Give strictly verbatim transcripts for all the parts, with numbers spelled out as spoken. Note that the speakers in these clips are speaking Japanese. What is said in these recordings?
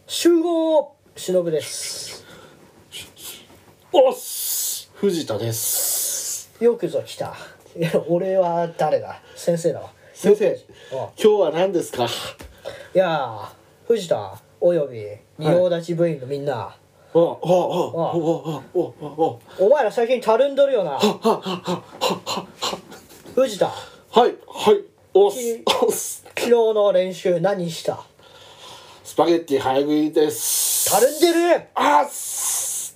集合しのぶです。 おっす藤田です。 よくぞ来た。いや俺は誰だ。先生だわ。 先生今日は何ですか。 いや藤田および仁王立ち部員のみんな、はい、 おおおおおおおお前ら最近たるんどるよな。藤田はいはいおっすおっす昨日の練習何した。 スパゲッティ早食いです。 たるんでる。 あっそ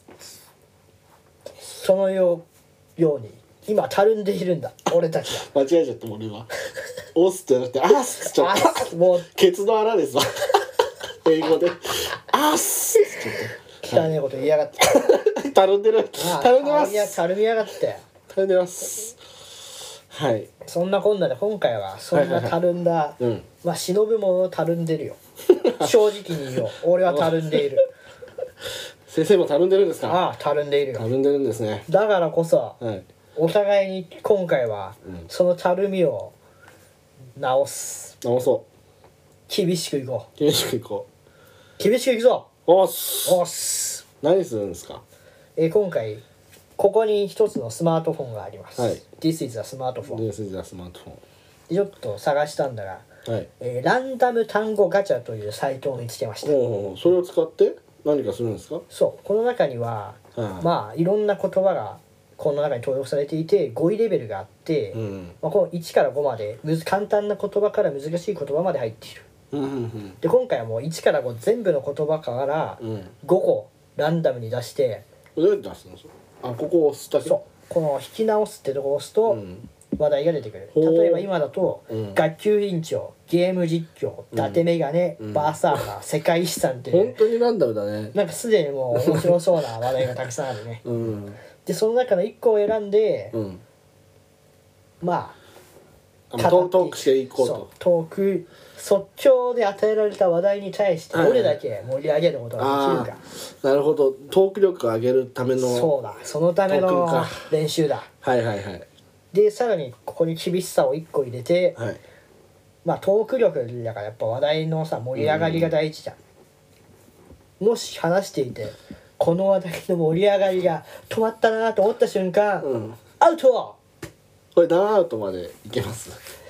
のようように今たるんでいるんだ俺たちは。 間違えちゃった俺はおっすってなってあっすちょっともうケツの穴ですわ英語であっすちょっと汚いこと言いやがってたるんでるたるんでますたるみやがってたるんでますはい。 そんなこんなで今回はそんなたるんだ、はいはいはい、うん、まあ忍ぶもたるんでるよ正直に言おう。俺はたるんでいる先生もたるんでるんですか。 ああたるんでいるよ。 たるんでるんですね。 だからこそ、 はい、 お互いに今回は、うん、そのたるみを直す直そう厳しくいこう厳しくいこう厳しくいくぞ。 おっすおっす。 何するんですか。 えー、今回ここに一つのスマートフォンがあります、はい、This is a smartphone This is a smartphone でちょっと探したんだが、 はい、 えー、ランダム単語ガチャというサイトを見つけました。 おそれを使って何かするんですか。 そうこの中には、はあ、まあいろんな言葉がこの中に登録されていて語彙レベルがあって、うん、まあ、このいちからごまでむず簡単な言葉から難しい言葉まで入っている、うんうんうん、で今回はもういちからご全部の言葉からごこランダムに出して、 どうやって出すの。あ、ここを押すだけ。 そうこの引き直すってとこを押すと話題が出てくる、うん、例えば今だと、うん、学級委員長、ゲーム実況、伊達メガネ、うん、バーサーカー、世界遺産っていう本当にランダムだね。 なんかすでにもう面白そうな話題がたくさんあるね、うん、でその中のいっこを選んで、うん、まあトークしていこうと。 トーク即興で与えられた話題に対してどれだけ盛り上げることができるか。 なるほど。トーク力を上げるための。 そうだそのための練習だ。 はいはいはい。 でさらにここに厳しさをいっこ入れて、はい、まあトーク力だからやっぱ話題のさ盛り上がりが大事じゃん、うん、もし話していてこの話題の盛り上がりが止まったなと思った瞬間、うん、アウト。 これダウンアウトまでいけます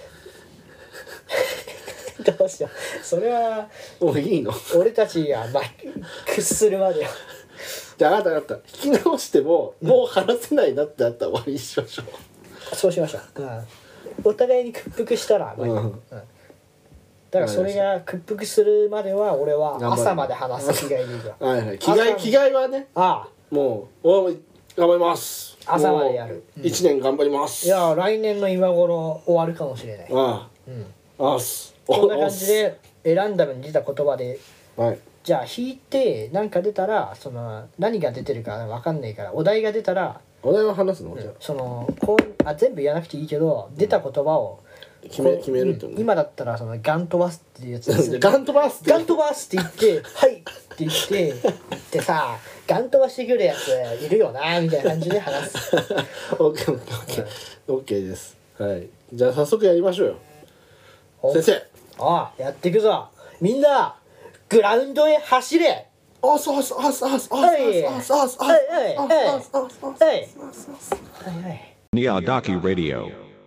どうしよう。それはもういいの。 俺たちがまあ屈するまでよ。 じゃああなたあなた引き直しても、うん、もう話せないなってなったら終わりにしましょう。 そうしましょう、うん、お互いに屈服したらまあいい、うんうん、だからそれが屈服するまでは俺は朝まで話す気概でいいよはいはい。気概気概はね。ああもうお頑張ります。 朝までやる。 いちねん頑張ります。 いや来年の今頃終わるかもしれない。ああ、うん、あすこんな感じでランダムに出た言葉で、はい、じゃあ引いて何か出たらその何が出てるか分かんないからお題が出たらお題は話すの、うん、 そのこうあ全部言わなくていいけど出た言葉を決め決めるってこと、ね、 今だったらそのガン飛ばすっていうやつガン飛ばすってガン飛ばすって言ってはいって言ってでさガン飛ばしてくるやついるよなみたいな感じで話す。 オッケーオッケーオッケーオッケーです。はいじゃあ早速やりましょうよ先生。 ああやっていくぞみんなグラウンドへ走れ。 あそうそうそうそうそうはいはいはいはい。 Niyadaki Radio。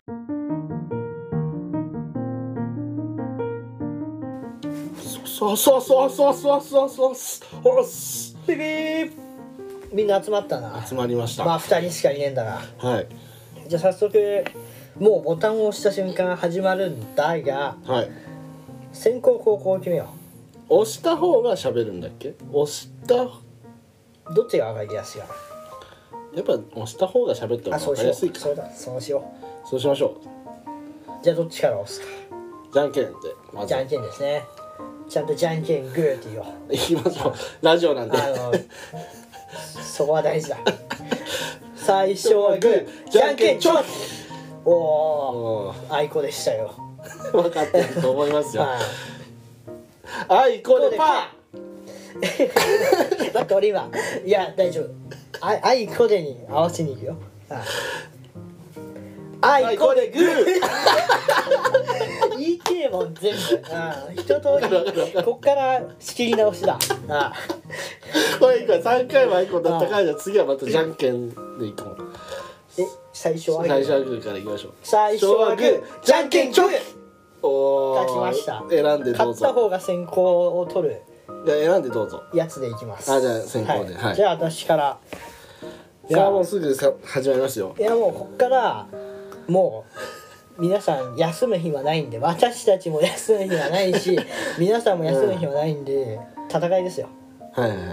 そうそうそうそうそうそうそうそうビビーみんな集まったな。 集まりました。 まあふたりしかいねえんだな。 はい。 じゃあ早速もうボタンを押した瞬間始まるんだが、はい、先攻後攻を決めよう。押した方が喋るんだっけ。押したどっちが分かりやすいかな。やっぱ押した方が喋った方が分かりやすいか。 そうだそうしようそうしましょう。じゃあどっちから押すか。 じゃんけんでまずじゃんけんですね。ちゃんとじゃんけんグーって言おう。 言いましょうラジオなんであのそこは大事だ最初はグーじゃんけんチョキ。おおあいこでしたよ。 分かってると思いますよ。あいこでパーだって俺今いや大丈夫ああいこでに合わせに行くよ。あいこでグーい言い切れもん全部、うん、一通りこっから仕切り直しだ。あこれいいからさんかいもあいこになったからじゃあ次はまたじゃんけんでいこう。 え最初は最初はグーからいきましょう。 最初はグーじゃんけんチョキ。 おー勝ちました。 選んでどうぞ。 勝った方が先行を取るいや選んでどうぞ。 やつでいきます。 あじゃあ先行で、はい、 じゃあ私からさあもうすぐさ始まりますよ。 いやもうこっからもう皆さん休む暇ないんで、私たちも休む暇ないし皆さんも休む暇ないんで、戦いですよ。 はいはいはい。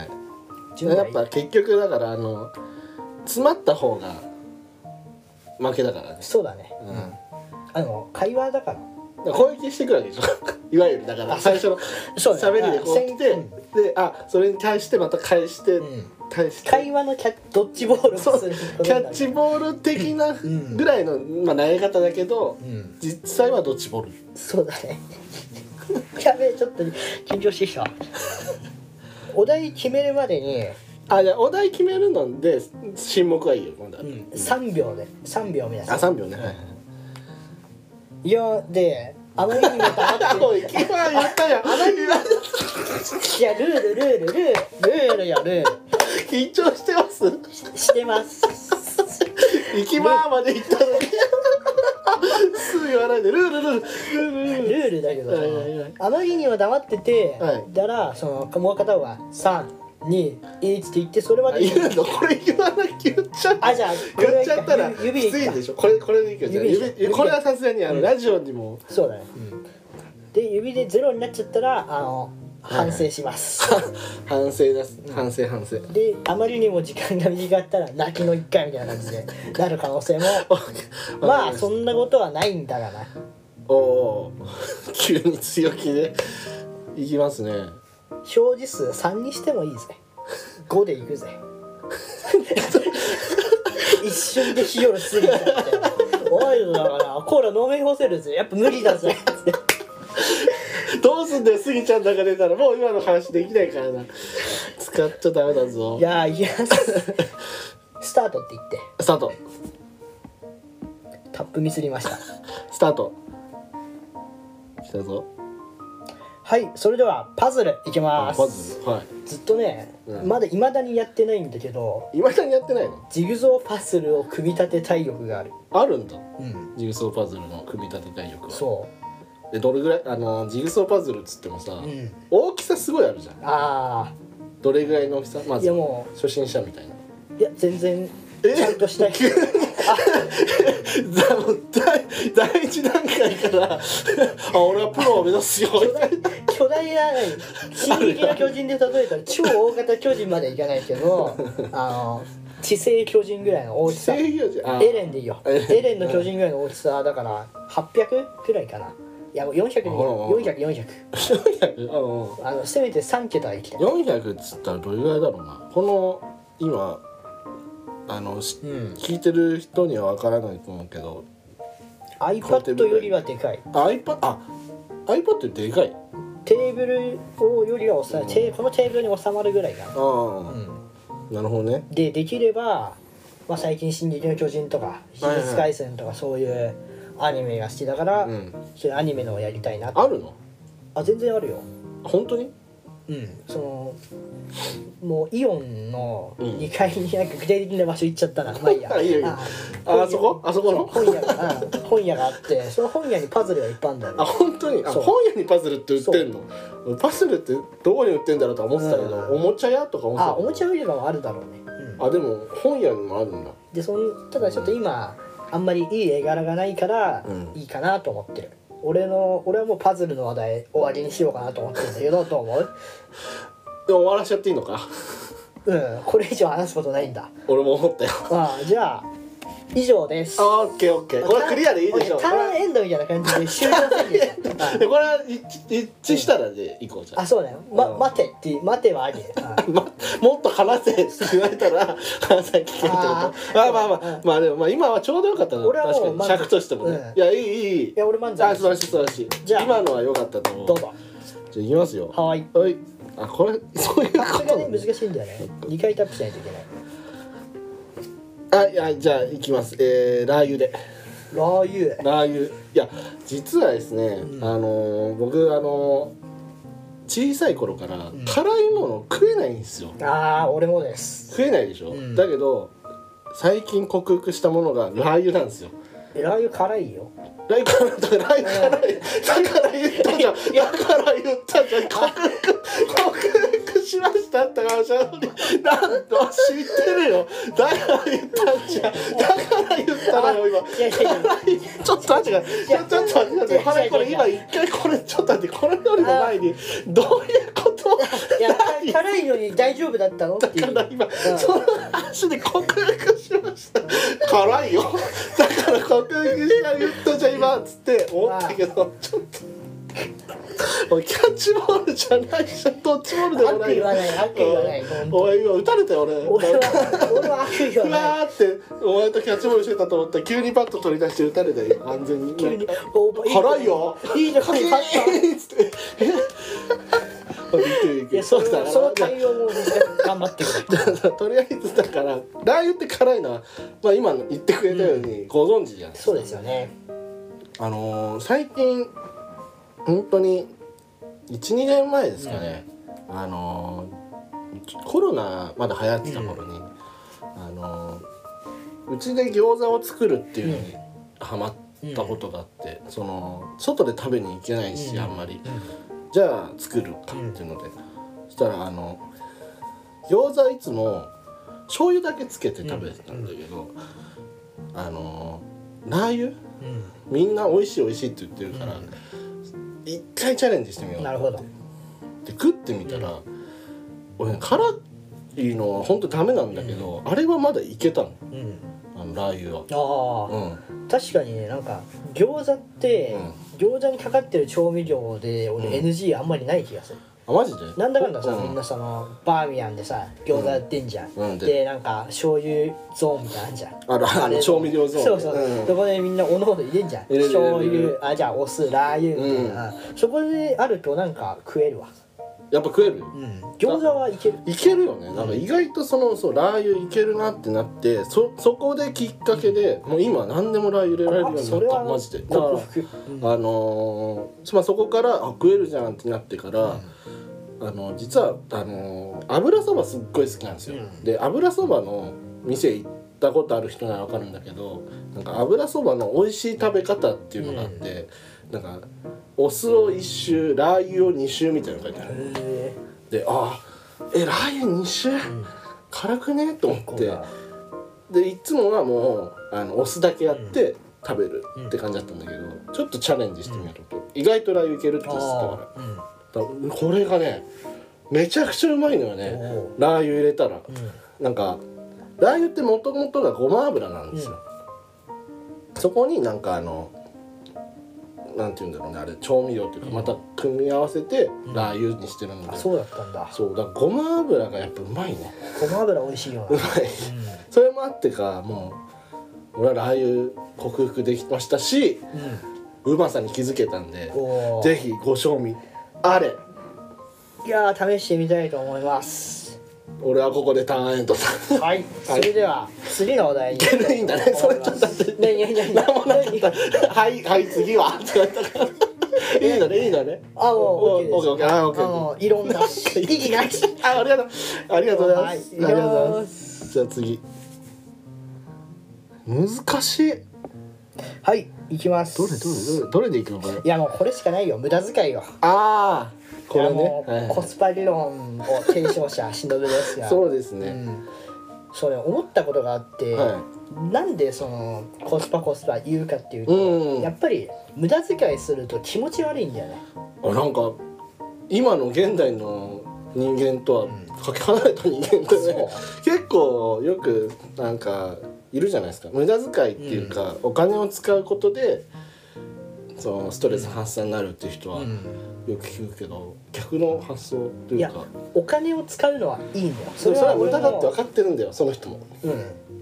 やっぱ結局だからあの詰まった方が負けだからね。 そうだね、 うん、 あの会話だから攻撃してくるわけでしょいわゆるだから最初のしゃべりでこう来て、うん、であそれに対してまた返して、うん、対して会話のキャドッジボールをするキャッチボール的なぐらいの、うんまあ、投げ方だけど、うん、実際はドッジボール。 そうだねやべえちょっと緊張してきたお題決めるまでにあじゃあお題決めるので沈黙はいいよ今度は、 うん、さんびょうでさんびょう皆さん。 あさんびょうね、はいいやであまりにも黙っておいキーパー言ったやんあまりにもいやルールルールルールルールよルール緊張してますししてます行きまーまで行ったのにすぐ言わないでルールルールルールルールだけどさ、はいはいはい、あまりにも黙ってて、はい、だからそのもう片方がさんにいちって言ってそれまで言うのこれ言わなきゃ言っちゃうあじゃあ言っちゃったらきついんでしょこれこれでいいけど指指これはさすがにあの、うん、ラジオにもそうだね、うん、で指でゼロになっちゃったらあの反省します、 はい、反省です、うん、反省反省であまりにも時間が短かったら泣きのいっかいみたいな感じでなる可能性もまあそんなことはないんだがな。 おお急に強気でいきますね。 表示数さんにしてもいいぜごでいくぜ一瞬で日夜過ぎちゃっておいだからコーラ飲み干せるぜやっぱ無理だぜどうすんだよスギちゃんの中出たらもう今の話できないからな使っちゃダメだぞ。 いやいやスタートって言ってスタートタップミスりましたスタート来たぞ。 はいそれではパズルいきます。 パズル、はい、 ずっとね、うん、まだ未だにやってないんだけど未だにやってないの。 ジグゾーパズルを組み立て体力がある。 あるんだ、 うん、 ジグソーパズルの組み立て体力は。 そうでどれぐらいあのジグソーパズルっつってもさ、うん、大きさすごいあるじゃん。 ああどれぐらいの大きさまず。いやもう初心者みたいな。 いや全然ちゃんとした人第, 第一段階からあ俺はプロを目指すよ巨大巨大な進撃の巨人で例えたら超大型巨人までいかないけどあの地星巨人ぐらいの大きさ。エレンでいいよエレンの巨人ぐらいの大きさだからはっぴゃくくらいかな。いやもうよんひゃくによんひゃくよんひゃくあのせめてさんけたはいきたい。 よんひゃくっつったらどれぐらいだろうな。この今あの、うん、聞いてる人には分からないと思うけど iPad よりはでかい。 あ iPad あ iPad ってでかい。 テーブルをよりは収ま、うん、このテーブルに収まるぐらいかな。あ、 うん、なるほどね。 でできれば、まあ、最近「進撃の巨人」とか「呪術廻戦」とかそういうアニメが好きだから、うん、そういうアニメのをやりたいなって。 あるの？ あ全然あるよ。 本当に？ うんそのもうイオンのにかいになんか具体的な場所行っちゃったな、まあいいや。 いいよいいよ。ああそこあそこの本屋が本屋があってその本屋にパズルがいっぱいあるんだよ、ね。 あ本当にあ本屋にパズルって売ってんの？パズルってどこに売ってんだろうと思ってたけど、うん、おもちゃ屋とか思ってた。 あおもちゃ売り場もあるだろうね。 うん、あでも本屋にもあるんだ。 でそんただちょっと今、うん、あんまりいい絵柄がないから、うん、いいかなと思ってる。俺の俺はもうパズルの話題終わりにしようかなと思ってるんだけどどう思う？ でも終わらしちゃっていいのか？ うんこれ以上話すことないんだ。 俺も思ったよ。 ああじゃあ以上です。 あオッケーオッケー。これクリアでいいでしょ。 ターンエンドみたいな感じで終了宣言。 でこれは一致したらでいこうじゃん。 あそうだよ。ま待てって待てはあり。 まもっと話せって言われたら話さ聞けってこと。まあまあまあまあでもまあ今はちょうどよかったな。 俺はもう確かに尺としてもね。いやいいいいいい。 いや俺満足。 あ素晴らしい素晴らしい。じゃあ今のは良かったと思う。 どうぞ。 じゃあいきますよ。 はい。 はい。あこれそういうことがね難しいんだよね。にかいタップしないといけない。 あいやじゃあいきます。えー、ラー油でラー油ラー油いや実はですね、うん、あの僕あの小さい頃から辛いもの食えないんですよ、 うん、ああ俺もです。 食えないでしょ、うん、だけど最近克服したものがラー油なんですよ。 ラー油辛いよ。 ラー油辛いだからラー油辛いだから言ったじゃん。だから言ったじゃん。克服克服しましたって話なのになんと知ってるよ。だから言ったんじゃん。だから言ったのよ今。いやいやいやちょっと待ってちょっと待って待ってこれこれ今一回これちょっと待ってこれよりも前にどういうこといや辛いのに大丈夫だったのっていう。 だから今その話で克服しました。辛いよ。だから克服した言ったじゃん今っつって思ったけどちょっとキャッチボールじゃないじゃん。ドッジボールでもないよ。 悪く言わない悪く言わない。 お前今撃たれたよ俺。 俺は俺は悪意はない。 うわーってお前とキャッチボールしてたと思ったら急にバット取り出して撃たれたよ安全に。急に辛いよ。 いいじゃん。辛いよ。いやそのその対応も頑張ってくれ。 とりあえずだからラー油って辛いのはまあ今言ってくれたようにご存知じゃないですか。 そうですよね。 あのー、最近本当に いちにねんまえですかね、うん、あのー、コロナまだ流行ってた頃に、うん、あのー、うちで餃子を作るっていうのにハマったことがあって、うん、その外で食べに行けないし、うん、あんまり、うん、じゃあ作るかっていうので、うん、そしたらあの餃子いつも醤油だけつけて食べてたんだけど、うん、あのー、ラー油、うん、みんな美味しい美味しいって言ってるから、うん、一回チャレンジしてみようって。 なるほど。 で食ってみたら、うん、俺ね辛いのは本当ダメなんだけど、うん、あれはまだいけたの、うん、あのラー油は。 ああ、うん、確かにねなんか餃子って、うん、餃子にかかってる調味料で俺、うん、エヌジー あんまりない気がする。 あマジでなんだかんださ、うん、みんなそのバーミヤンでさ餃子やってんじゃん、うん、で, でなんか醤油ゾーンみたいなのあんじゃん。 あるある調味料ゾーン。 そうそう、うん、そこでみんなおのおの入れんじゃん。醤油あじゃあお酢ラー油みたいな、うん、そこであるとなんか食えるわ。 やっぱ食える、 うん、餃子はいけるいけるよね。なんか意外とそのそうラー油いけるなってなってそそこできっかけで、うん、もう今何でもラー油入れられるようになったマジで。だから、うん、あのー、まあそこからあ食えるじゃんってなってから、うん、あの実はあのー、油そばすっごい好きなんですよ、うん、で油そばの店行ったことある人なら分かるんだけどなんか油そばの美味しい食べ方っていうのがあって、うん、なんかお酢を一周ラー油を二周みたいなの書いてある。であえラー油二周、うん、辛くねと思ってでいつもはもうあのお酢だけやって食べるって感じだったんだけど、うん、ちょっとチャレンジしてみようと、うん、意外とラー油いけるって言ってたから、うん、だこれがねめちゃくちゃうまいのよね。ラー油入れたら、うん、なんかラー油ってもともとがごま油なんですよ、うん、そこになんかあのなんていうんだろうねあれ調味料っていうかまた組み合わせてラー油にしてるので、うん、 そうだったんだ。 そうだからごま油がやっぱうまいね。 ごま油美味しいよな。 うまい、うん、それもあってかもう俺はラー油克服できましたし、うん、うまさに気づけたんでぜひご賞味あれ。 いやー試してみたいと思います。 俺はここでターンエンドさんはい、それでは次のお題にいけるいいんだね。それちょっと待ってねいやいやいや何もなかったはいはい次はって言われたからいいんだねいいんだね。 あもう OK です。 オッケーオッケーあオッケー。 あのいろんな意義ないしあありがとうありがとうございます、はい、ありがとうございます。じゃあ次難しい。 はい行きます。 どれどれどれどれでいくのこれ。 いやもうこれしかないよ無駄遣いよ。 ああこれね、 はい、コスパ理論を提唱者忍ですがそうですね、うん、 それ思ったことがあって、はい、なんでそのコスパコスパ言うかっていうと、うん、やっぱり無駄遣いすると気持ち悪いんだよね。 あなんか今の現代の人間とはかけ離れた人間ってね、うん、結構よくなんかいるじゃないですか。無駄遣いっていうか、うん、お金を使うことでそのストレス発散になるっていう人は、うんよく聞くけど逆の発想というか。いやお金を使うのはいいんだよ。 それは無駄だって分かってるんだよその人も、うん、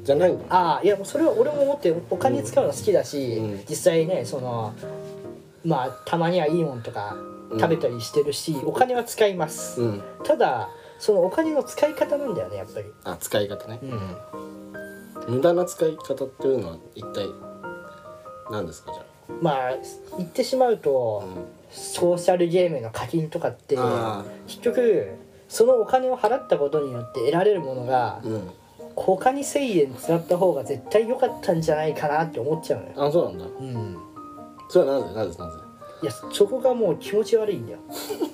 じゃないんだ。 ああいやそれは俺も思ってお金使うの好きだし、うん、実際ねそのまあたまにはいいもんとか食べたりしてるし、うん、お金は使います、うん、ただそのお金の使い方なんだよねやっぱり。 あ使い方ね、うん、無駄な使い方っていうのは一体何ですかじゃあ。 まあ言ってしまうと、うん、ソーシャルゲームの課金とかって結局そのお金を払ったことによって得られるものが、うん、他にせんえん使った方が絶対良かったんじゃないかなって思っちゃうのよ。 あ、そうなんだ。うん。それはなぜなぜなぜ。 いや、そこがもう気持ち悪いんだよ。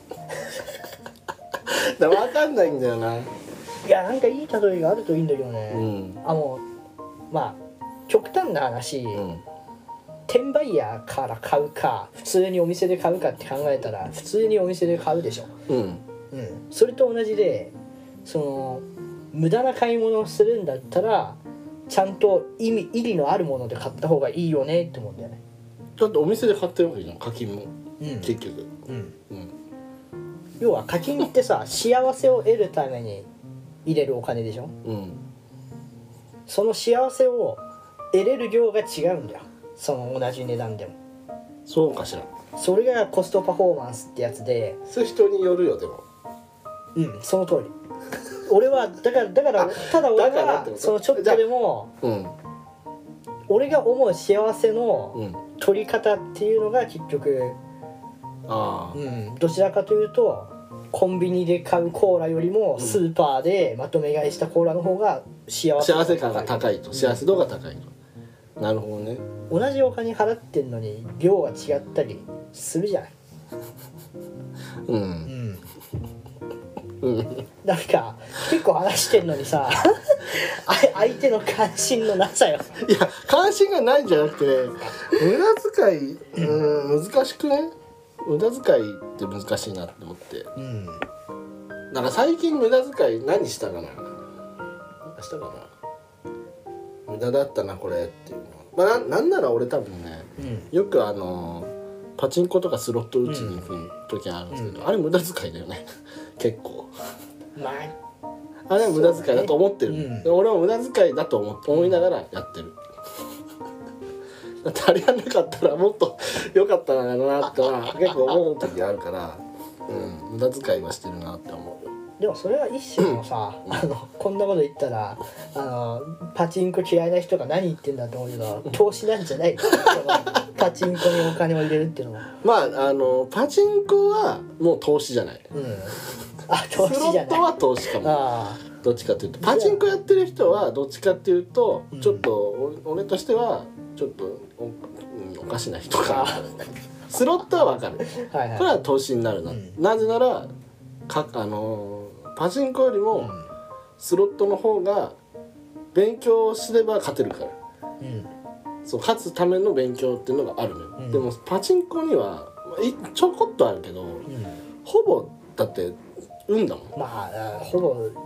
だ分かんないんだよな。いや、なんかいい例えがあるといいんだけどね。うん、あのまあ極端な話、うん、転売ヤーから買うか普通にお店で買うかって考えたら普通にお店で買うでしょ。うん。うん。それと同じで、その無駄な買い物をするんだったらちゃんと意味意義のあるもので買った方がいいよねって思うんだよね。 だってお店で買ってるわけじゃん、課金も、うん、結局、うんうん、 要は課金ってさ幸せを得るために入れるお金でしょ、うん、その幸せを得れる量が違うんだよ、その同じ値段でも。 そうかしら。 それがコストパフォーマンスってやつで、 そういう人によるよ。でもうん、その通り。俺はだからだからただ俺がそのちょっとでも、うん、俺が思う幸せの取り方っていうのが結局、あ、うん、どちらかというとコンビニで買うコーラよりもスーパーでまとめ買いしたコーラの方が幸せ幸せ感が高いと、幸せ度が高いと、うん、なるほどね。 同じお金払ってんのに量が違ったりするじゃない。うん、うんうん、なんか結構話してんのにさ相手の関心のなさよ。 いや関心がないんじゃなくて、ね、無駄遣い、うん、難しくね。無駄遣いって難しいなって思って、うん、なんか最近無駄遣い何したかな、何したかな、無駄だったなこれっていうの、まあ、な, なんなら俺多分ね、うん、よくあのパチンコとかスロット打ちに行く時あるんですけど、うん、あれ無駄遣いだよね結構。まああれは無駄遣いだと思ってる、ね、うん、俺は無駄遣いだと 思, 思いながらやってる。だってあれやんなかったらもっと良かったのかなっては結構思う時あるから、うん、無駄遣いはしてるなって思うよ。 でもそれは一種のさ、うん、あのこんなこと言ったらあのパチンコ嫌いな人が何言ってんだと思うけど、投資なんじゃないのパチンコにお金を入れるっていうのは。 まああのパチンコはもう投資じゃない、うん、 あ、投資じゃない。 スロットは投資かも。あ、どっちかっていうとパチンコやってる人はどっちかっていうとちょっと俺としてはちょっと お,、うん、おかしな人かな。スロットは分かるはい、はい、これは投資になるな、うん、なぜならか、あのー、パチンコよりもスロットの方が勉強すれば勝てるから、うん、そう勝つための勉強っていうのがあるのよ、うん、でもパチンコにはちょこっとあるけど、うん、ほぼだって運だもん。 まあほぼ、うん、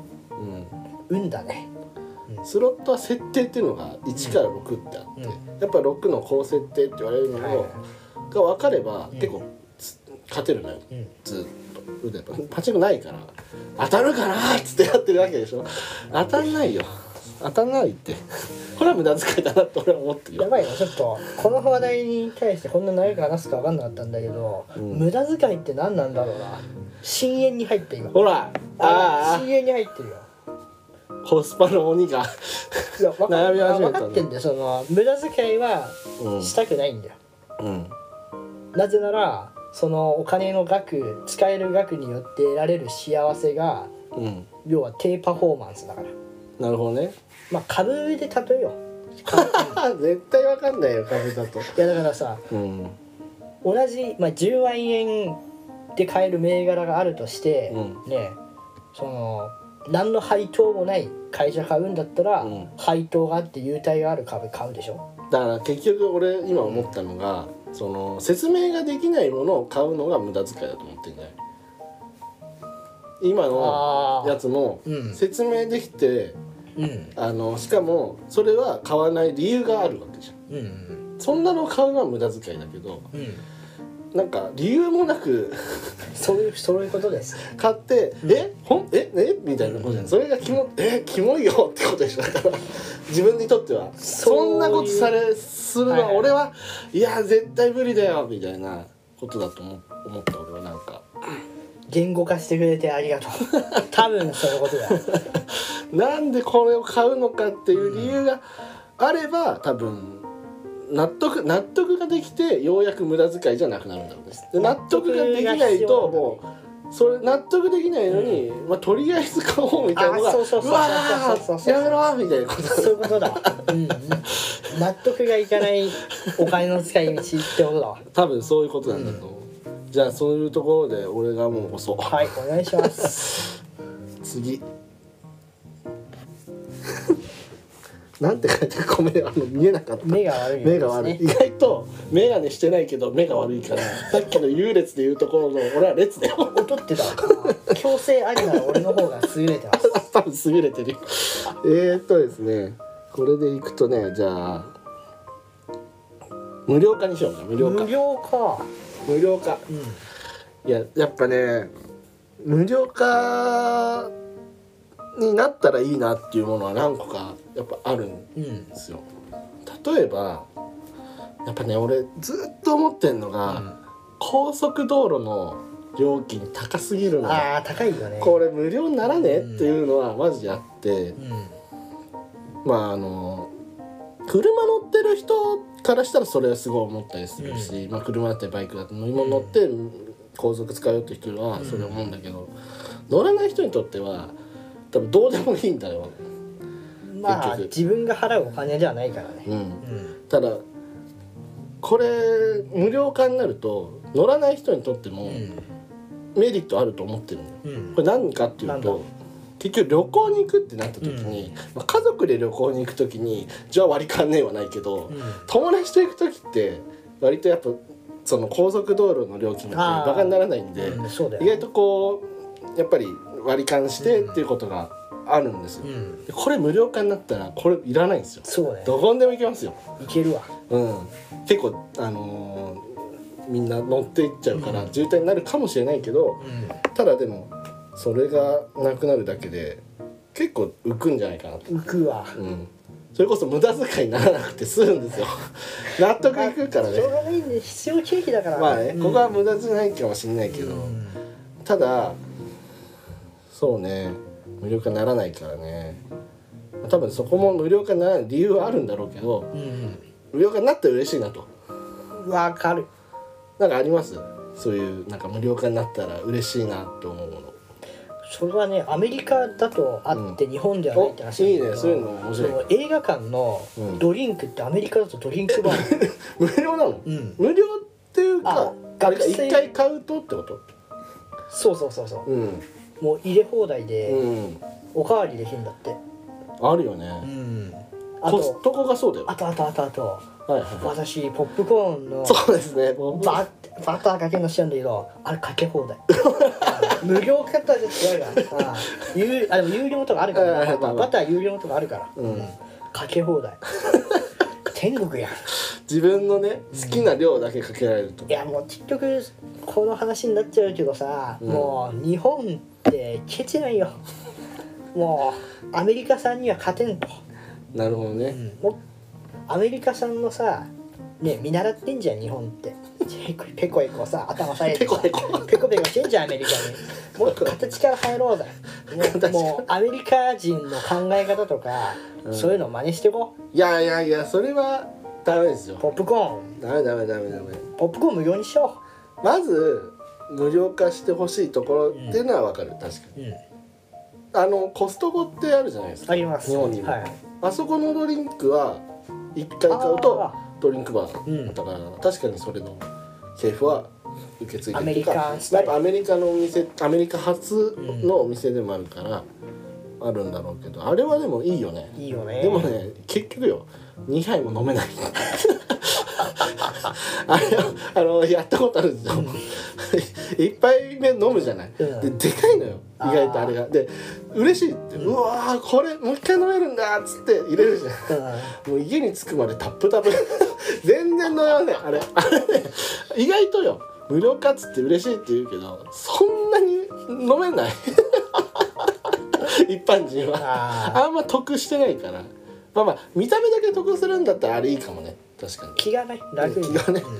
運だね。 スロットは設定っていうのがいちからろくってあって、うん、やっぱろくの高設定って言われるのが分かれば結構勝てるのよ、うん、ずっと腕パチンコないから当たるかなっつってやってるわけでしょ。当たんないよ、当たんないって。これは無駄遣いだなと俺は思ってるよ。 やばいな、ちょっとこの話題に対してこんな長く話すか分かんなかったんだけど、うん、無駄遣いって何なんだろうな。深淵に入って今。 ほら、ああ深淵に入ってるよ。 コスパの鬼が悩み始めた。分かってんだよ、その無駄遣いはしたくないんだよ、うん、なぜならそのお金の額、使える額によって得られる幸せが、うん、要は低パフォーマンスだから。 なるほどね。 まあ株で例えよう絶対分かんないよ株だと。いやだからさ、うん、同じ、まあ、じゅうまんえんで買える銘柄があるとして、うん、ね、その何の配当もない会社買うんだったら、うん、配当があって優待がある株買うでしょ。 だから結局俺今思ったのが、うん、その説明ができないものを買うのが無駄遣いだと思ってんじゃない。今のやつも説明できて、うん、あのしかもそれは買わない理由があるわけじゃん、うんうん、そんなのを買うのは無駄遣いだけど、うん、なんか理由もなくそういうそういうことです。 買って、うん、えほんええみたいなことじゃん。それがキモえキモいよってことでしょ。だから自分にとってはそんなことされするのは俺は、はいはい、いや絶対無理だよみたいなことだと思った俺は。なんか言語化してくれてありがとう多分そういうことだよなんでこれを買うのかっていう理由があれば多分納得納得ができてようやく無駄遣いじゃなくなるんだろうね。で納得ができないともうそれ納得できないのに、うん、まあとりあえず買おうみたいなのがうわーやめろみたいなことそういうことだ、うん、納得がいかないお金の使い道ってことだ多分そういうことなんだと思う、うん、じゃあそういうところで俺がもう遅はいお願いします次なんて書いてるごめんあの見えなかった目が悪い、ね、 目が悪い意外と眼鏡してないけど目が悪いからさっきの優劣でいうところの俺は列だよ劣ってた強制ありなら俺の方が優れてます多分優れてるえーっとですねこれでいくとねじゃあ無料化にしようか無料化無料化無料化、うん、いややっぱね無料化になったらいいなっていうものは何個かやっぱあるんですよ、うん、例えばやっぱね俺ずっと思ってんのが、うん、高速道路の料金高すぎるのあー高いよねこれ無料にならねえっていうのはマジであって、うん、まああの車乗ってる人からしたらそれはすごい思ったりするし、うんまあ、車だったりバイクだったり乗り物乗って高速使うよって人はそれ思うんだけど、うん、乗らない人にとっては多分どうでもいいんだよまあ自分が払うお金ではないからね、うんうん、 ただこれ無料化になると乗らない人にとってもメリットあると思ってるのよ、うん、これ何かっていうと結局旅行に行くってなった時に、うんまあ、家族で旅行に行く時にじゃあ割り勘ねはないけど、うん、友達と行く時って割とやっぱその高速道路の料金ってバカにならないんで、うん、意外とこうやっぱり割り勘してっていうことがあるんですよ、うん、これ無料化になったらこれいらないんですよそうねどこにでも行けますよ行けるわ、 うん、結構あのー、みんな乗っていっちゃうから渋滞になるかもしれないけど、うん、ただでもそれがなくなるだけで結構浮くんじゃないかなと浮くわ、 うん、それこそ無駄遣いにならなくて済むんですよ納得いくからねしょうがないんで必要経費だからねまあね、うん、ここは無駄じゃないかもしれないけど、うん、ただそうね無料化にならないからね多分そこも無料化にならない理由はあるんだろうけど、うん、無料化になったら嬉しいなとわかるなんかありますそういうなんか無料化になったら嬉しいなと思うものそれはねアメリカだとあって日本ではないって話なんだけど、うん、いいねそういうの面白い映画館のドリンクってアメリカだとドリンクバー無料なの、うん、無料っていうか学生一回買うとってことそうそうそうそう、うん、もう入れ放題でおかわりできるんだって、 うん、あるよね、うん、あとコストコがそうだよあとあとあとあと、はいはいはい、私ポップコーンのそうですねババターかけるのしちゃうんだけどあれかけ放題無料買ったらちょっと違うからあ有あでも有料とかあるから、ね、バター有料とかあるから、うんうん、かけ放題天国や自分のね好きな量だけかけられると、 うん、いやもう結局この話になっちゃうけどさ、うん、もう日本ってケチないよもうアメリカさんには勝てんとなるほどね、うん、もうアメリカさんのさね見習ってんじゃん日本ってペコペコさ頭下げてペコペコペコペコしてんじゃんアメリカにもっと形から入ろうぜもう、もうアメリカ人の考え方とか、うん、そういうのを真似してこういやいやいやそれはダメですよポップコーンダメダメダメダメポップコーン無料にしようまず無料化してほしいところっていうのは分かる、うん、確かに、うん、あのコストコってあるじゃないですかあります日本にも、はい、あそこのドリンクはいっかい買うとドリンクバーだから、うん、確かにそれの系譜は受け継いでるアメリカスタイルやっぱアメリカのお店アメリカ発のお店でもあるから、うん、あるんだろうけどあれはでもいいよねいいよねでもね結局よにはいも飲めないあれあのやったことあるんですよ、うん、いっぱいめ飲むじゃない、うん、ででかいのよ意外とあれがで嬉しいって、うん、うわーこれもう一回飲めるんだっつって入れるじゃん、うん、もう家に着くまでタップタップ全然飲めませんあれあれね意外とよ無料かっつって嬉しいって言うけどそんなに飲めない一般人は あ, あんま得してないからまあまあ見た目だけ得するんだったらあれいいかもね確かに気がね楽に、 気がね、うん、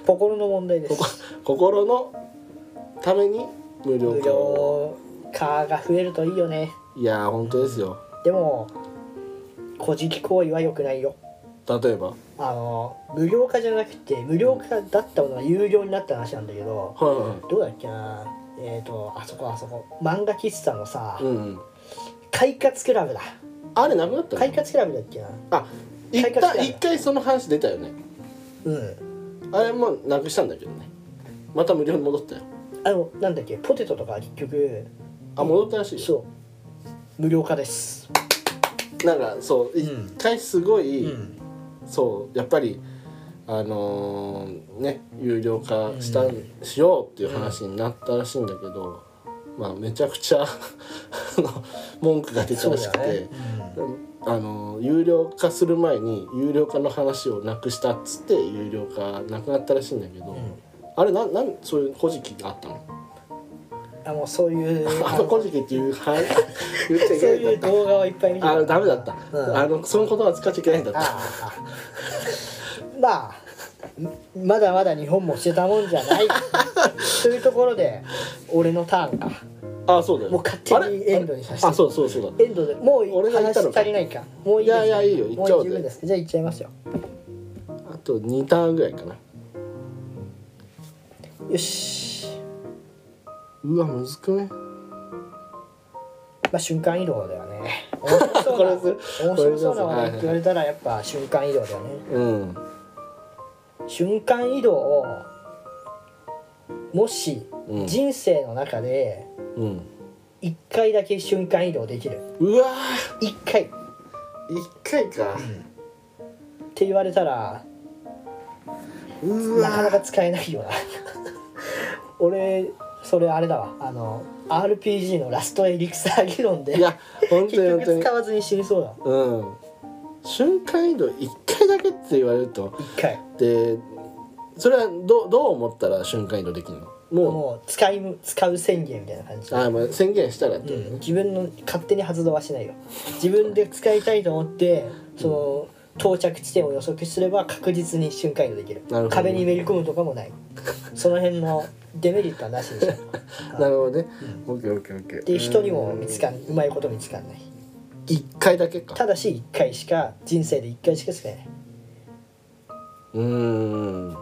心の問題です心のために無料化無料化が増えるといいよねいや本当ですよ、 うん、でもこじき行為は良くないよ例えばあの無料化じゃなくて無料化だったものが有料になった話なんだけど、 はいはい、 どうだっけな、えっ、ー、とあそこあそこ漫画喫茶のさ、 うんうん、 快活クラブだ。 あれなくなったの？ 快活クラブだっけな。 あ、一回一回その話出たよね。 うん。 あれもなくしたんだけどね。また無料に戻ったよ。 あのなんだっけ、ポテトとか結局あ戻ったらしいよ。 そう無料化です。 なんかそう一回すごい、うん、そうやっぱりあのー、ね有料化した、うん、しようっていう話になったらしいんだけど、うん、まあめちゃくちゃ文句が出たらしくて、ね、うん、あのー、有料化する前に有料化の話をなくしたっつって有料化なくなったらしいんだけど、うん、あれななんそういう古事記があったの？ あもうそういうあの古事記っていうは言っちゃいけないんだった。 そういう動画をいっぱい見てあダメだった、うん、あのその言葉は使っちゃいけないんだった。あまあまだまだ日本もしてたもんじゃないというところで俺のターンか。 あそうだよ。 もう勝手にエンドにさせて。 あそうそうそうだ。 エンドでもう話足りないか。もういいですか。 いやいやいいよ言っちゃおうぜ。 もう十分です。じゃあ言っちゃいますよ。 あとにターンぐらいかな。 よし。 うわむずくね。 まあ瞬間移動だよね。面白そうな面白そうな話題って言われたらやっぱ瞬間移動だよね。うん。瞬間移動をもし人生の中でいっかいだけ瞬間移動できる。 うわいっかい。いっかいか、うん。 って言われたらうわなかなか使えないよな。俺それあれだわ、あの アールピージー のラストエリクサー議論でいや本当に本当に使わずに死にそうだ。 うん瞬間移動いっかいだけって言われるといっかいでそれはど, どう思ったら瞬間移動できるの？ もうもう使い使う宣言みたいな感じ。 ああまあ宣言したらって、 うん、自分の勝手に発動はしないよ。自分で使いたいと思ってその、うん、到着地点を予測すれば確実に瞬間移動できる。壁にめり込むとかもない。その辺のデメリットはなしにしよう。なるほどね。オッケーオッケーオッケー。 で人にも見つかんうまいこと見つかんない。 いっかいだけか。 ただしいっかいしか人生でいっかいしか使えない。 うーん。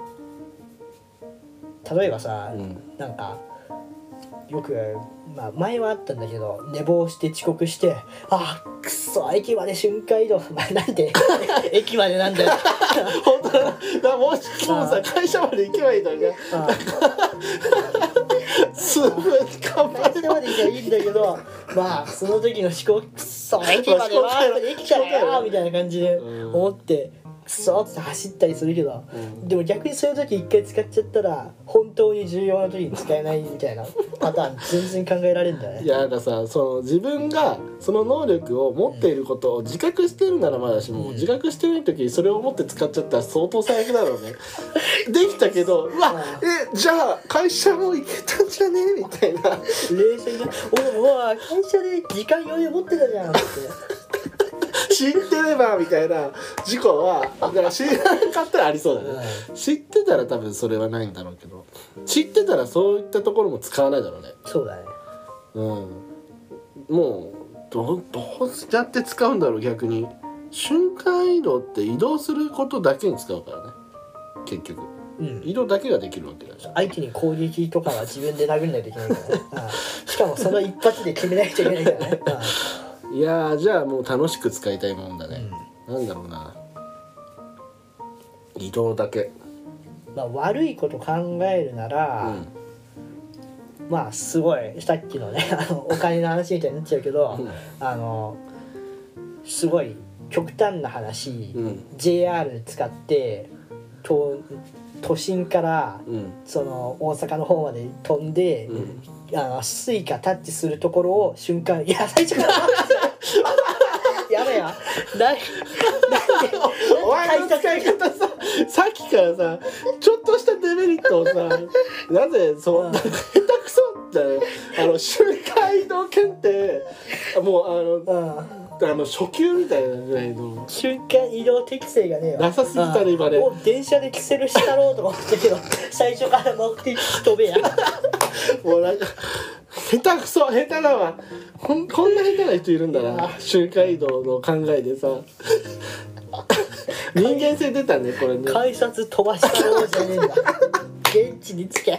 例えばさ、うん、なんかよく、まあ、前はあったんだけど寝坊して遅刻してあーくそ駅まで瞬間移動まあなんで駅までなんだよ本当だだもしもさ会社まで行けばいいのにねすぐ会社まで行けばいいんだけどまあその時の遅刻くそ駅までは駅からよみたいな感じで思ってくそーって走ったりするけど、うん、でも逆にそういう時一回使っちゃったら本当に重要な時に使えないみたいなパターン全然考えられるんだね。 いやなんかさその自分がその能力を持っていることを自覚してるならまだしも、うん、自覚してない時にそれを持って使っちゃったら相当最悪だろうね。できたけどうわえじゃあ会社も行けたんじゃねみたいな冷静におお会社で時間余裕持ってたじゃんって知ってればみたいな事故はだから知らなかったらありそうだね、うん、知ってたら多分それはないんだろうけど知ってたらそういったところも使わないだろうね。 そうだね。 うんもうど, どうやって使うんだろう。逆に瞬間移動って移動することだけに使うからね結局、うん、移動だけができるわけだし相手に攻撃とかは自分で殴んないといけないからねしかもその一発で決めないといけないからねいやーじゃあもう楽しく使いたいもんだね、うん、なんだろうな移動だけ、 まあ、悪いこと考えるなら、うん、まあすごいさっきのねあのお金の話みたいになっちゃうけど、うん、あのすごい極端な話、うん、ジェイアール 使ってと都心から、うん、その大阪の方まで飛んで、うん、あのスイカタッチするところを瞬間いや最初からやめやななんでお前の使い方ささっきからさちょっとしたデメリットをさなぜそんな下手くそってあの瞬間移動検定もうあの、うんあの初級みたいなぐらいの瞬間移動適性がねえよなさすぎたね今ね。 もう電車でキセルしたろうと思ったけど最初から目的地飛べやもうなんか下手くそ下手だわこん、こんな下手な人いるんだな瞬間移動の考えでさ人間性出たねこれね。 改札飛ばしたろうじゃねえんだ現地につけ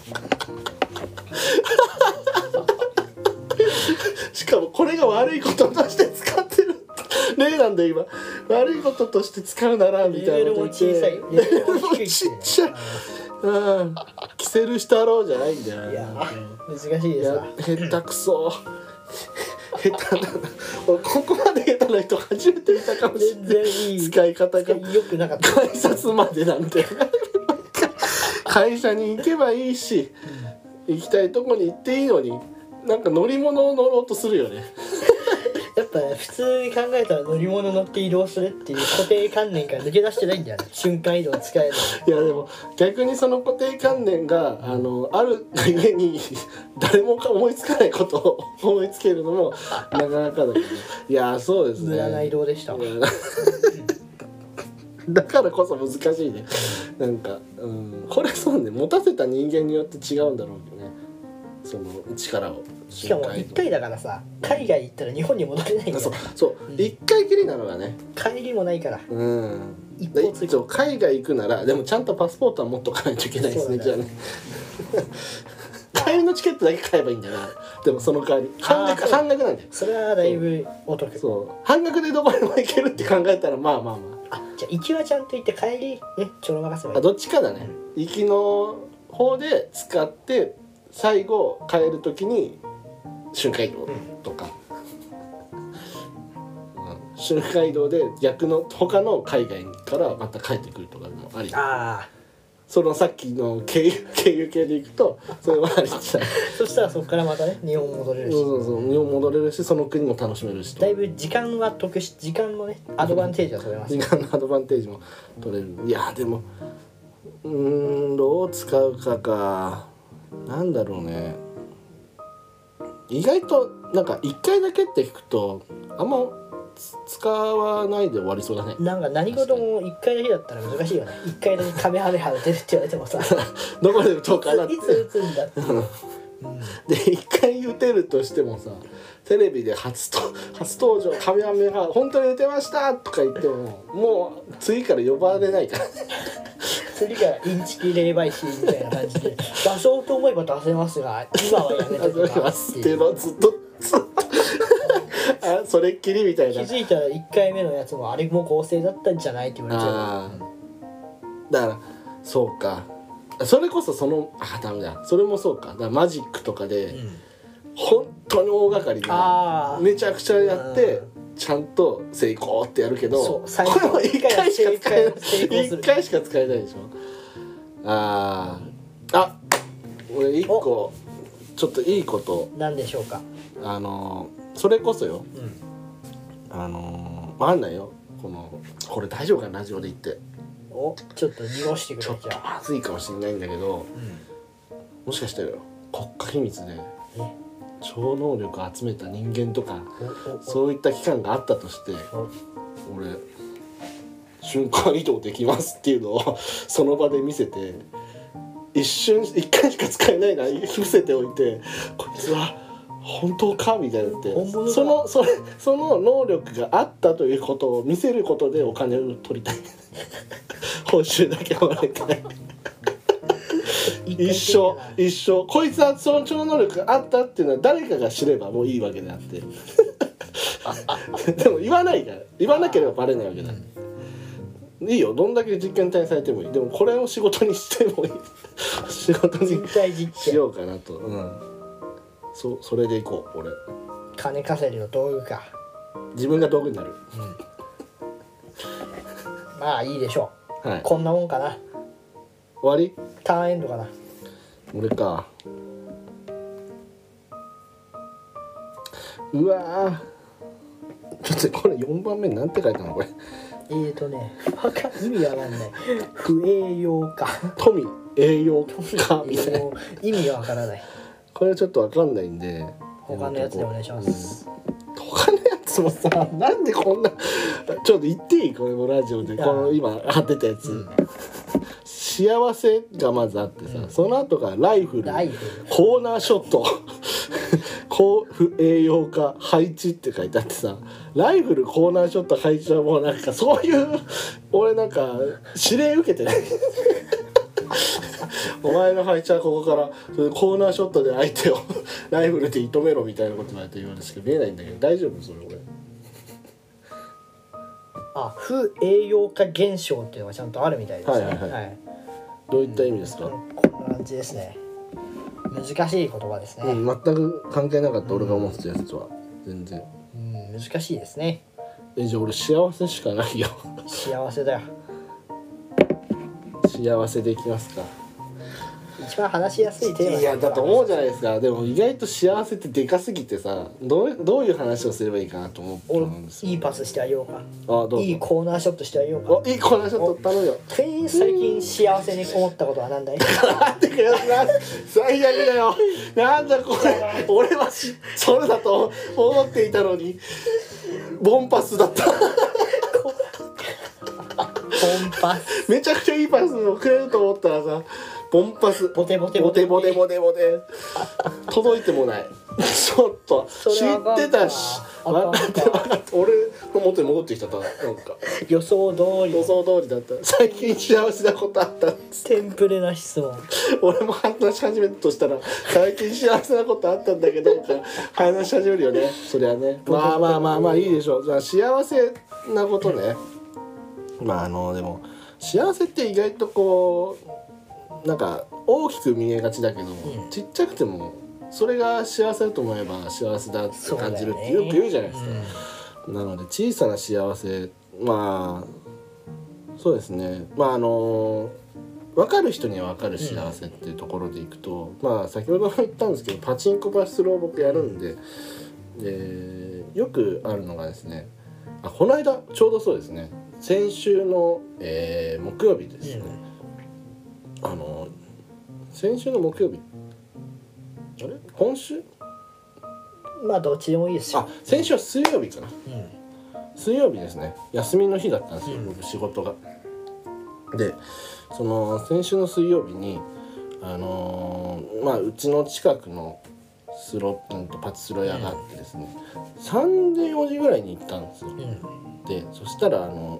しかもこれが悪いこととして使ってる例なんだよ今。悪いこととして使うならみたいなこと言って、レベルも小さい、レベルも低いちっちゃい、うん、キセルしたろうじゃないんだよ。 いや難しいですわ。 下手くそ下手だな。ここまで下手な人初めて見たかもしれない。全然いい使い方が良くなかった。 改札までなんて会社に行けばいいし、うん、行きたいとこに行っていいのに、なんか乗り物を乗ろうとするよねやっぱ、ね、普通に考えたら乗り物乗って移動するっていう固定観念から抜け出してないんだよね瞬間移動使える。 いやでも逆にその固定観念があのあるがゆえに誰も思いつかないことを思いつけるのもなかなかだけど、いやそうですね、 無駄な移動でしただからこそ難しいね。なんか、うん、これそうね、持たせた人間によって違うんだろうけどね、その力を。 しかもいっかいだからさ、海外行ったら日本に戻れないんだよね。 そうそう、うん、いっかいきりなのがね、 帰りもないから、 うん一方通行。海外行くならでもちゃんとパスポートは持っとかないといけないですね。じゃあね帰りのチケットだけ買えばいいんだよな。でもその代わり半額半額なんだよ。 それはだいぶお得。 そう半額でどこでも行けるって考えたらまあまあまあ。 あ、じゃあ行きはちゃんと行って帰りねちょろまかせばいい。 あ、どっちかだね。行きの方で使って最後帰る時に瞬間移動とか、うんうん、瞬間移動で逆の他の海外からまた帰ってくるとかもあり。 ああ、 そのさっきの経由経由系で行くとそれはありだそしたらそこからまたね日本戻れるし、 そうそうそう、日本戻れるしその国も楽しめるし、 だいぶ時間は得し、時間のねアドバンテージは取れます、 時間のアドバンテージも取れる。いやでもうーんどう使うかか、なんだろうね。意外となんかいっかいだけって聞くとあんま使わないで終わりそうだね。なんか何事もいっかいだけだったら難しいよね。いっかいだけカメハメハ打てるって言われてもさどこで打とうかなっていつ打つんだってうんでいっかい打てるとしてもさ、テレビで初と初登場カメハメハ本当に打てましたとか言ってももう次から呼ばれないから次からインチキ霊媒師みたいな感じで出そうと思えば出せますが今はやめときますっていうのをずっとずっとあそれっきりみたいな。 気づいたらいっかいめのやつもあれも合成だったんじゃないって言われちゃう。 だからそうか、それこそそのあダメだそれもそうか、だからマジックとかで、うん、本当に大掛かりでめちゃくちゃやってちゃんと成功ってやるけど、これもいっかいしか使えないいっかいしか使えないでしょ。あーあ俺いっこちょっといいことなんでしょうか。 あのそれこそよ、うん、あのわかんないよ、このこれ大丈夫かなラジオで言って。 おちょっと濁してくれ。 ちょっとまずいかもしれないんだけど、うん、もしかしたら国家秘密で超能力を集めた人間とかそういった機関があったとして、俺瞬間移動できますっていうのをその場で見せて、一瞬いっかいしか使えないな伏せておいて、こいつは本当かみたいになって、そのそれその能力があったということを見せることでお金を取りたい報酬だけもらいたい一生一生こいつはその超能力があったっていうのは誰かが知ればもういいわけであってでも言わないから、言わなければバレないわけだ。いいよ、どんだけ実験体されてもいい。でもこれを仕事にしてもいい仕事にしようかなと、うん、そ, それでいこう。俺金稼ぎの道具か。 自分が道具になる、うん、 まあいいでしょう、はい、こんなもんかな。 終わり？ ターンエンドかな。 俺か。うわちょっとこれよんばんめなんて書いたのこれ。 えーとね、わか意味わかんない。不栄養か。 富栄養かみたいな。 意味わからない。 これちょっとわかんないんで。 他のやつでお願いします。 うん、他のやつもさ、なんでこんなちょっと言っていい？これもラジオでこの今貼ってたやつ。うん、幸せがまずあってさ、うん、その後がライフル、ライフルコーナーショット。 高不栄養価配置って書いてあってさ、ライフルコーナーショット配置はもうなんかそういう俺なんか指令受けてないお前の配置はここからコーナーショットで相手をライフルで射止めろみたいなこと言われて言われしか見えないんだけど、大丈夫それ俺。 あ、不栄養価現象っていうのがちゃんとあるみたいですね。 はいはいはい、はい、どういった意味ですか？ うん、こんな感じですね。難しい言葉ですね、 うん、全く関係なかった俺が思ってたやつとは全然、 うん、難しいですね。 え、じゃあ俺幸せしかないよ幸せだよ。 幸せでいきますか。 一番話しやすいテーマ。 いやだと思うじゃないですか。でも意外と幸せってでかすぎてさ、どうどういう話をすればいいかなと思うんですよ。 いいパスしてあげようか。 あ、どうぞ。いいいコーナーショットしてあげようか。 お、いいコーナーショット頼むよ。 最近幸せに思ったことは何だい？ 待ってください。最悪だよ。なんだこれ。俺はしそれだと思っていたのにボンパスだった。 ボンパス。 めちゃくちゃいいパスをくれると思ったらさ、ボンパスボテボテボテボテボテボテ届いてもない。ちょっと知ってたし、分かって分かって俺の元に戻ってきちゃった。なんか予想通り予想通りだった。最近幸せなことあったっつって。 テンプレな質問。 俺も話し始めたとしたら最近幸せなことあったんだけど話し始めるよね。そりゃね。まあまあまあまあいいでしょう。じゃあ幸せなことね。まああのでも幸せって意外とこうなんか大きく見えがちだけど、うん、ちっちゃくてもそれが幸せだと思えば幸せだって感じるってよく言うじゃないですか、うん、なので小さな幸せ、まあそうですね、まああの分かる人には分かる幸せっていうところでいくと、うん、まあ先ほども言ったんですけどパチンコパチスロを僕やるんで、でよくあるのがですね、あこの間ちょうどそうですね、先週の、えー、木曜日ですね、うん、あの先週の木曜日あれ今週まあどっちでもいいですよ。 あ先週は水曜日かな、うん、水曜日ですね、休みの日だったんですよ、うん、僕仕事が。でその先週の水曜日にあのー、まあうちの近くのスロットパチスロ屋があってですね、うん、さんじよじぐらいに行ったんですよ、うん、でそしたらあの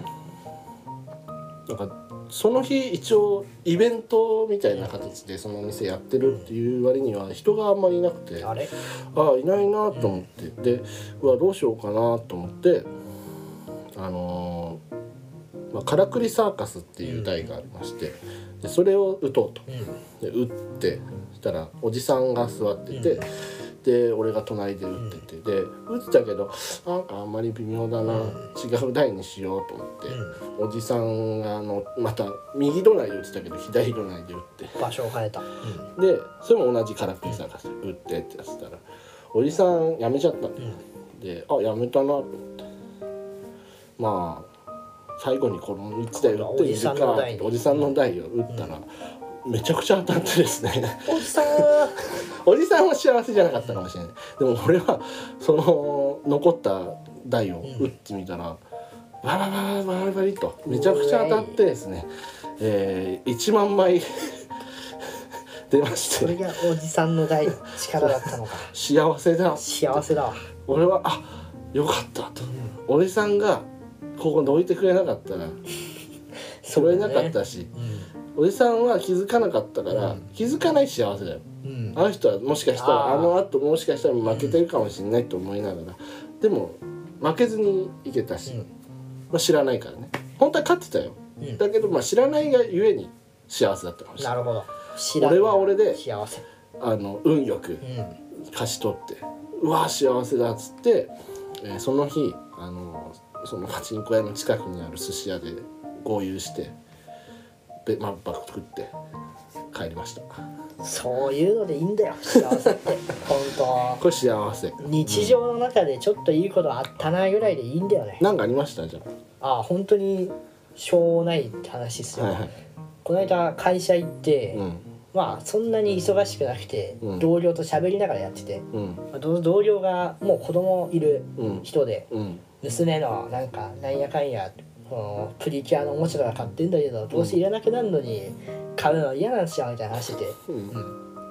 なんかその日一応イベントみたいな形でそのお店やってるっていう割には人があんまりいなくて、あれあいないなと思って、うん、でうわどうしようかなと思ってあのーまあ、からくりサーカスっていう台がありまして、でそれを打とうと、で打ってそしたらおじさんが座ってて、うんで俺が隣で打ってて、うん、で打ってたけどなんかあんまり微妙だな、うん、違う台にしようと思って、うん、おじさんがあのまた右隣で打ってたけど左隣で打って場所を変えた、 うん、でそれも同じからくりサーカスで打ってってやってたらおじさん辞めちゃったんだよ、うん、であ辞めたなと思ってまあ最後にこのみっつ台打ってみるかっておじさんの台を打ったら、うん、めちゃくちゃ当たってですねおじさんおじさんは幸せじゃなかったかもしれない。でも俺はその残った台を打ってみたら、うん、バババババババリとめちゃくちゃ当たってですね、えー、いちまんまい出まして、 それがおじさんの台の力だったのか幸せだ幸せだわ。 俺はあよかったと、うん、おじさんがここに置いてくれなかったら拾えなかったし、うん、おじさんは気づかなかったから、うん、気づかない幸せだよ、うん、あの人はもしかしたら あ, あの後もしかしたら負けてるかもしれないと思いながら、うん、でも負けずにいけたし、うんまあ、知らないからね本当は勝ってたよ、うん、だけどまあ知らないがゆえに幸せだったかもしれない。 なるほど。 俺は俺で幸せあの運よく勝ち取って、うん、うわ幸せだっつって、えー、その日あのそのパチンコ屋の近くにある寿司屋で合流してべマッパ作って帰りました。 そういうのでいいんだよ幸せって本当これ幸せ。 日常の中でちょっといいことあったなぐらいでいいんだよね。 なんかありましたじゃあ。あ本当にしょうもないって話ですよ、はいはい、この間会社行って、うん、まあそんなに忙しくなくて、うん、同僚と喋りながらやってて、うんまあ、同僚がもう子供いる人で、うんうん娘のなんかなんやかんやプリキュアのおもちゃとか買ってんだけどどうせいらなくなるのに買うの嫌なんですよみたいな話してて、うんうん、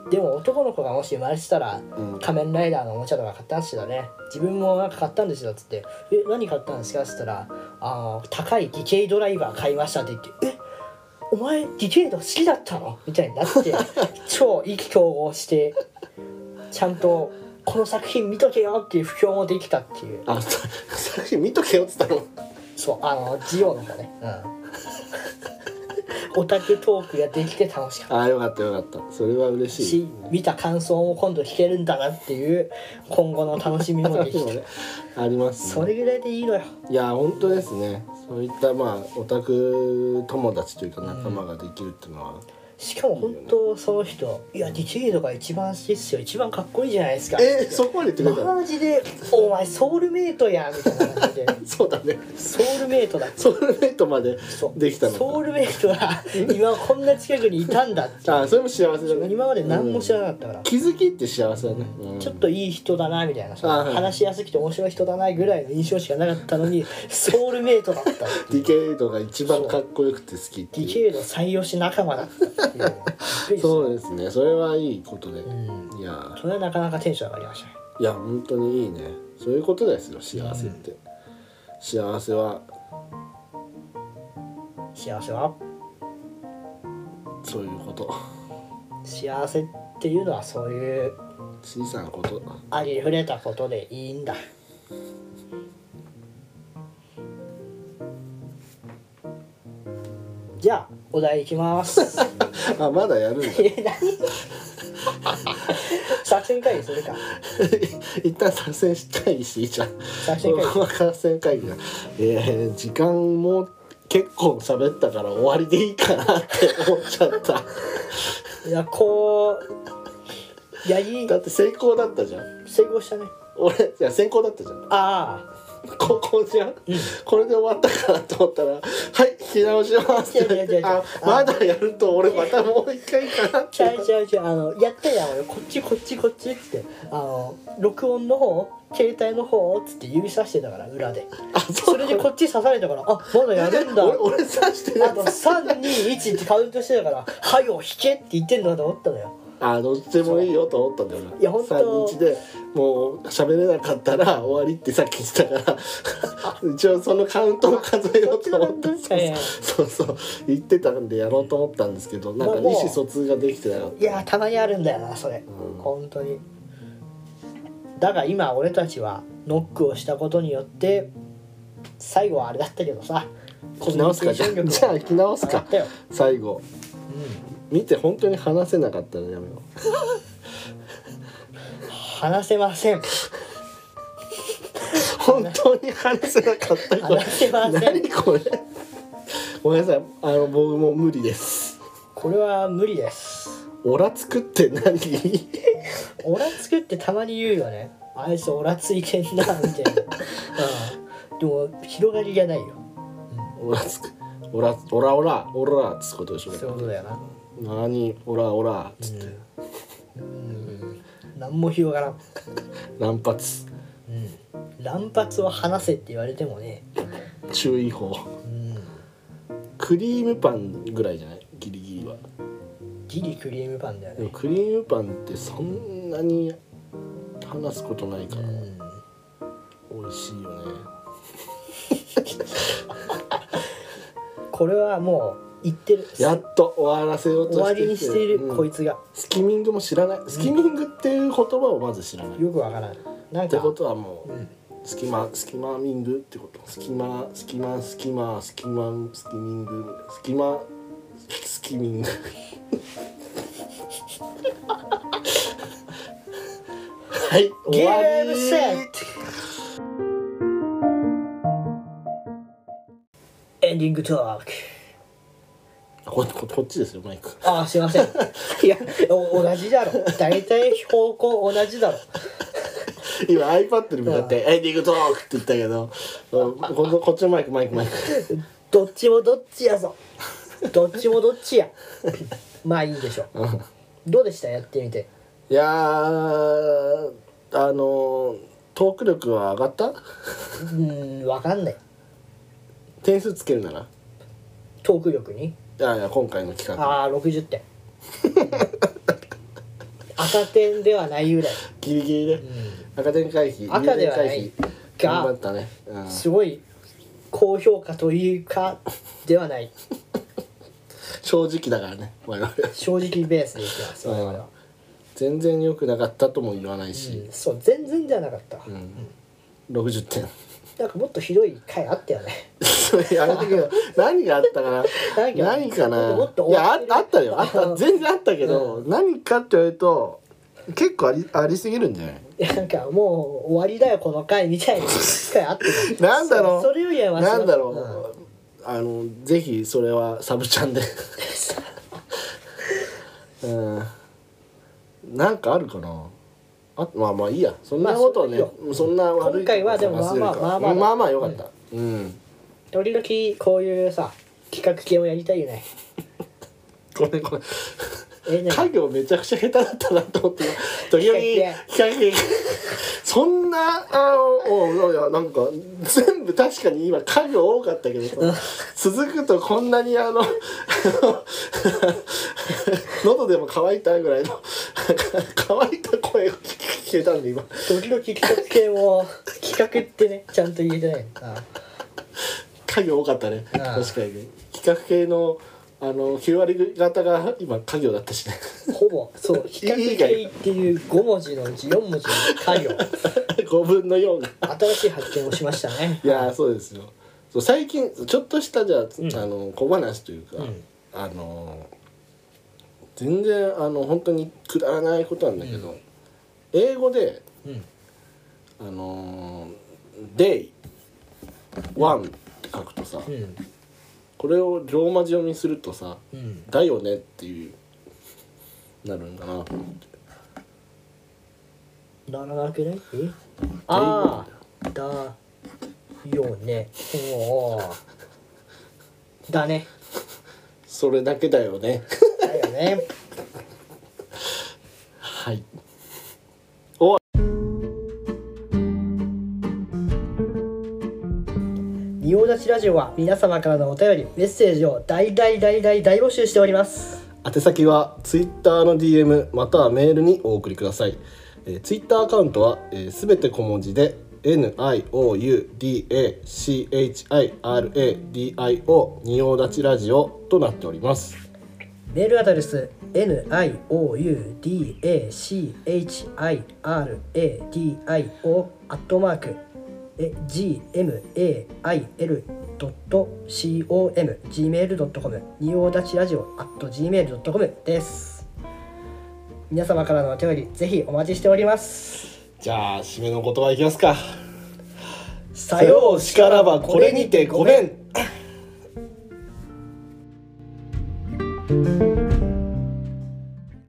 でも男の子がもし生まれてたら、 うん、 仮面ライダーのおもちゃとか買ったんですよね。自分もなんか買ったんですよっつって「え何買ったんですか?」っつったらあの「高いディケイドライバー買いました」って言って「えお前ディケイド好きだったの?」みたいになって超意気投合してちゃんとこの作品見とけよっていう不評もできたっていう。 あ作品見とけよっつったの。 そうあのジオの方ね、うんオタクトークができて楽しかった。 ああよかったよかった。それは嬉しいし見た感想も今度聞けるんだなっていう今後の楽しみもできてあります、ね、 それぐらいでいいのよ。 いや本当ですね。そういったまあオタク友達というか仲間ができるっていうのは、うん、 しかも本当その人「いやディケイドが一番好きっすよ一番かっこいいじゃないですか」 えー、そこまで言ってくれたマジで「お前ソウルメイトやん」みたいな感じでそうだねソウルメイトだってソウルメイトまでできたのか。 ソウルメイトが今こんな近くにいたんだってあそれも幸せだね。 今まで何も知らなかったから、うん、 気づきって幸せだね、うん、 ちょっといい人だなみたいな、はい、話しやすくて面白い人だなぐらいの印象しかなかったのにソウルメイトだったってディケイドが一番かっこよくて好きっていう。 ディケイド最良し仲間だったっていうそうですね。それはいいことで、 うん、 いやそれはなかなかテンション上がりましたね。 いや本当にいいね。そういうことですよ幸せって、うん、幸せは幸せはそういうこと。 幸せっていうのはそういう小さなことありふれたことでいいんだ。じゃあお題いきますあまだやるんだ作戦会議するか一旦作戦したいしじゃん作戦会議作戦会議が、えー、時間も結構喋ったから終わりでいいかなって思っちゃったいやこうやりだって成功だったじゃん。 成功したね。 俺いや成功だったじゃん。 ああここじゃん、うん、これで終わったかなと思ったらはい引き直しますって言ってあまだやると俺またもう一回かなって違う違う違うあのやったやん俺こっちこっちこっちってあの録音の方携帯の方っつって指さしてたから裏であ そ, それでこっち刺されたからあまだやるんだ俺, 俺刺してないあとさんにいちってカウントしてたから「はよ引け」って言ってんのかと思ったのよ。 あどっちでもいいよと思ったんだよな。 いや本当さんにいちでもう喋れなかったら終わりってさっき言ってたから一応そのカウントも数えようと思ってそうそう言ってたんでやろうと思ったんですけどなんか意思疎通ができてなかった。 いやたまにあるんだよなそれ、うん、本当に。だが今俺たちはノックをしたことによって最後はあれだったけどさ聞き直すかじゃあじゃあ聞き直すか最後、うん、見て本当に話せなかったらやめよう話せません本当に話せなかった話せません何これごめんなさいあの僕も無理です。 これは無理です。 オラつくって何オラつくってたまに言うよね。あいつオラついてんなみたいな、うん、でも広がりがないよ、 うん、オラつくオラオラオラオラっつことでしょ。 そういうことだよな。 何オラオラっつって、 うん、うん何も広がらん乱発、 うん、乱発を話せって言われてもね注意報、うん、クリームパンぐらいじゃないギリギリは。 ギリクリームパンだよね。 でもクリームパンってそんなに話すことないから、うん、美味しいよねこれはもう言ってる。 やっと終わらせようとして終わりにしている、うん、こいつがスキミングも知らない。スキミングっていう言葉をまず知らない。 よくわからない。なんかってことはもう、うん、スキマスキマミングってこと。スキマスキマスキマスキマスキミングスキマスキミングはい終わり。ゲームセット。 エンディングトーク。 こ, こ, こっちですよマイク。 ああすいませんいや同じだろ大体方向同じだろ今 iPad に向かってエンディングトークって言ったけどこ, こっちのマイクマイクマイクどっちもどっちやぞどっちもどっちやまあいいでしょう、うん、どうでしたやってみて。 いやーあのトーク力は上がった？ うん分かんない。 点数つけるならトーク力に？ いやいや今回の企画ああろくじゅってん赤点ではないぐらいギリギリね、うん、赤点回避赤ではない頑張ったね、 うん、すごい高評価というかではない正直だからね我々 正直ベースでいきます我々は全然良くなかったとも言わないし、 うん、そう全然じゃなかった、うんうん、 ろくじゅってんなんかもっとひどい回あったよねそれやめてくれ何があったかな何かな、もっといや あ, あったよあった全然あったけど、うん、何かって言われると結構ありありすぎるんじゃない？ いやなんかもう終わりだよこの回みたいな回あってなんだろうそ, それよりはマシなんだろう、うん、あのぜひそれはサブチャンでうんなんかあるかなあまあまあいいやそんなことね、まあ、そんな悪い今回はでもまあまあまあまあまあまあよかった、うん、うん、 時々こういうさ企画系をやりたいよねごめんごめん家業めちゃくちゃ下手だったなと思って時々企画そんなあのいやなんか全部確かに今家業多かったけどさ続くとこんなにあの喉でも乾いたぐらいの乾いた声が聞けたんで今時々企画系も企画ってねちゃんと言えてないあ家業多かったね確かにね企画系のあのきゅう割方が今家業だったしねほぼそう企画系っていうご文字のうちよん文字の家業ごぶんのよん新しい発見をしましたねいやそうですよそう最近ちょっとしたじゃあ、うん、あの小話というか、うん、あの全然あの本当にくだらないことなんだけど、うん、英語で、うん、あの Day ワンって書くとさ、うんこれをローマ字読みするとさ、うん、だよねっていうなるんだなと思ってならなくない？えああだよねおーだねそれだけだよねだよねはい仁王立ちラジオは皆様からのお便りメッセージを大大大大大募集しております。 宛先は Twitter の ディーエム またはメールにお送りください。えー、Twitter アカウントはすべ、えー、て小文字で ニオウダチラ仁王立ちラジオとなっております。 メールアドレス ニオウダチラジオ アットマークジーエムエーアイエルドットコム ジーメールドットコム 仁王立ちラジオ アットジーメールドットコム です。皆様からのお便りぜひお待ちしております。 じゃあ締めの言葉いきますか。 さようしからばこれにてごめん。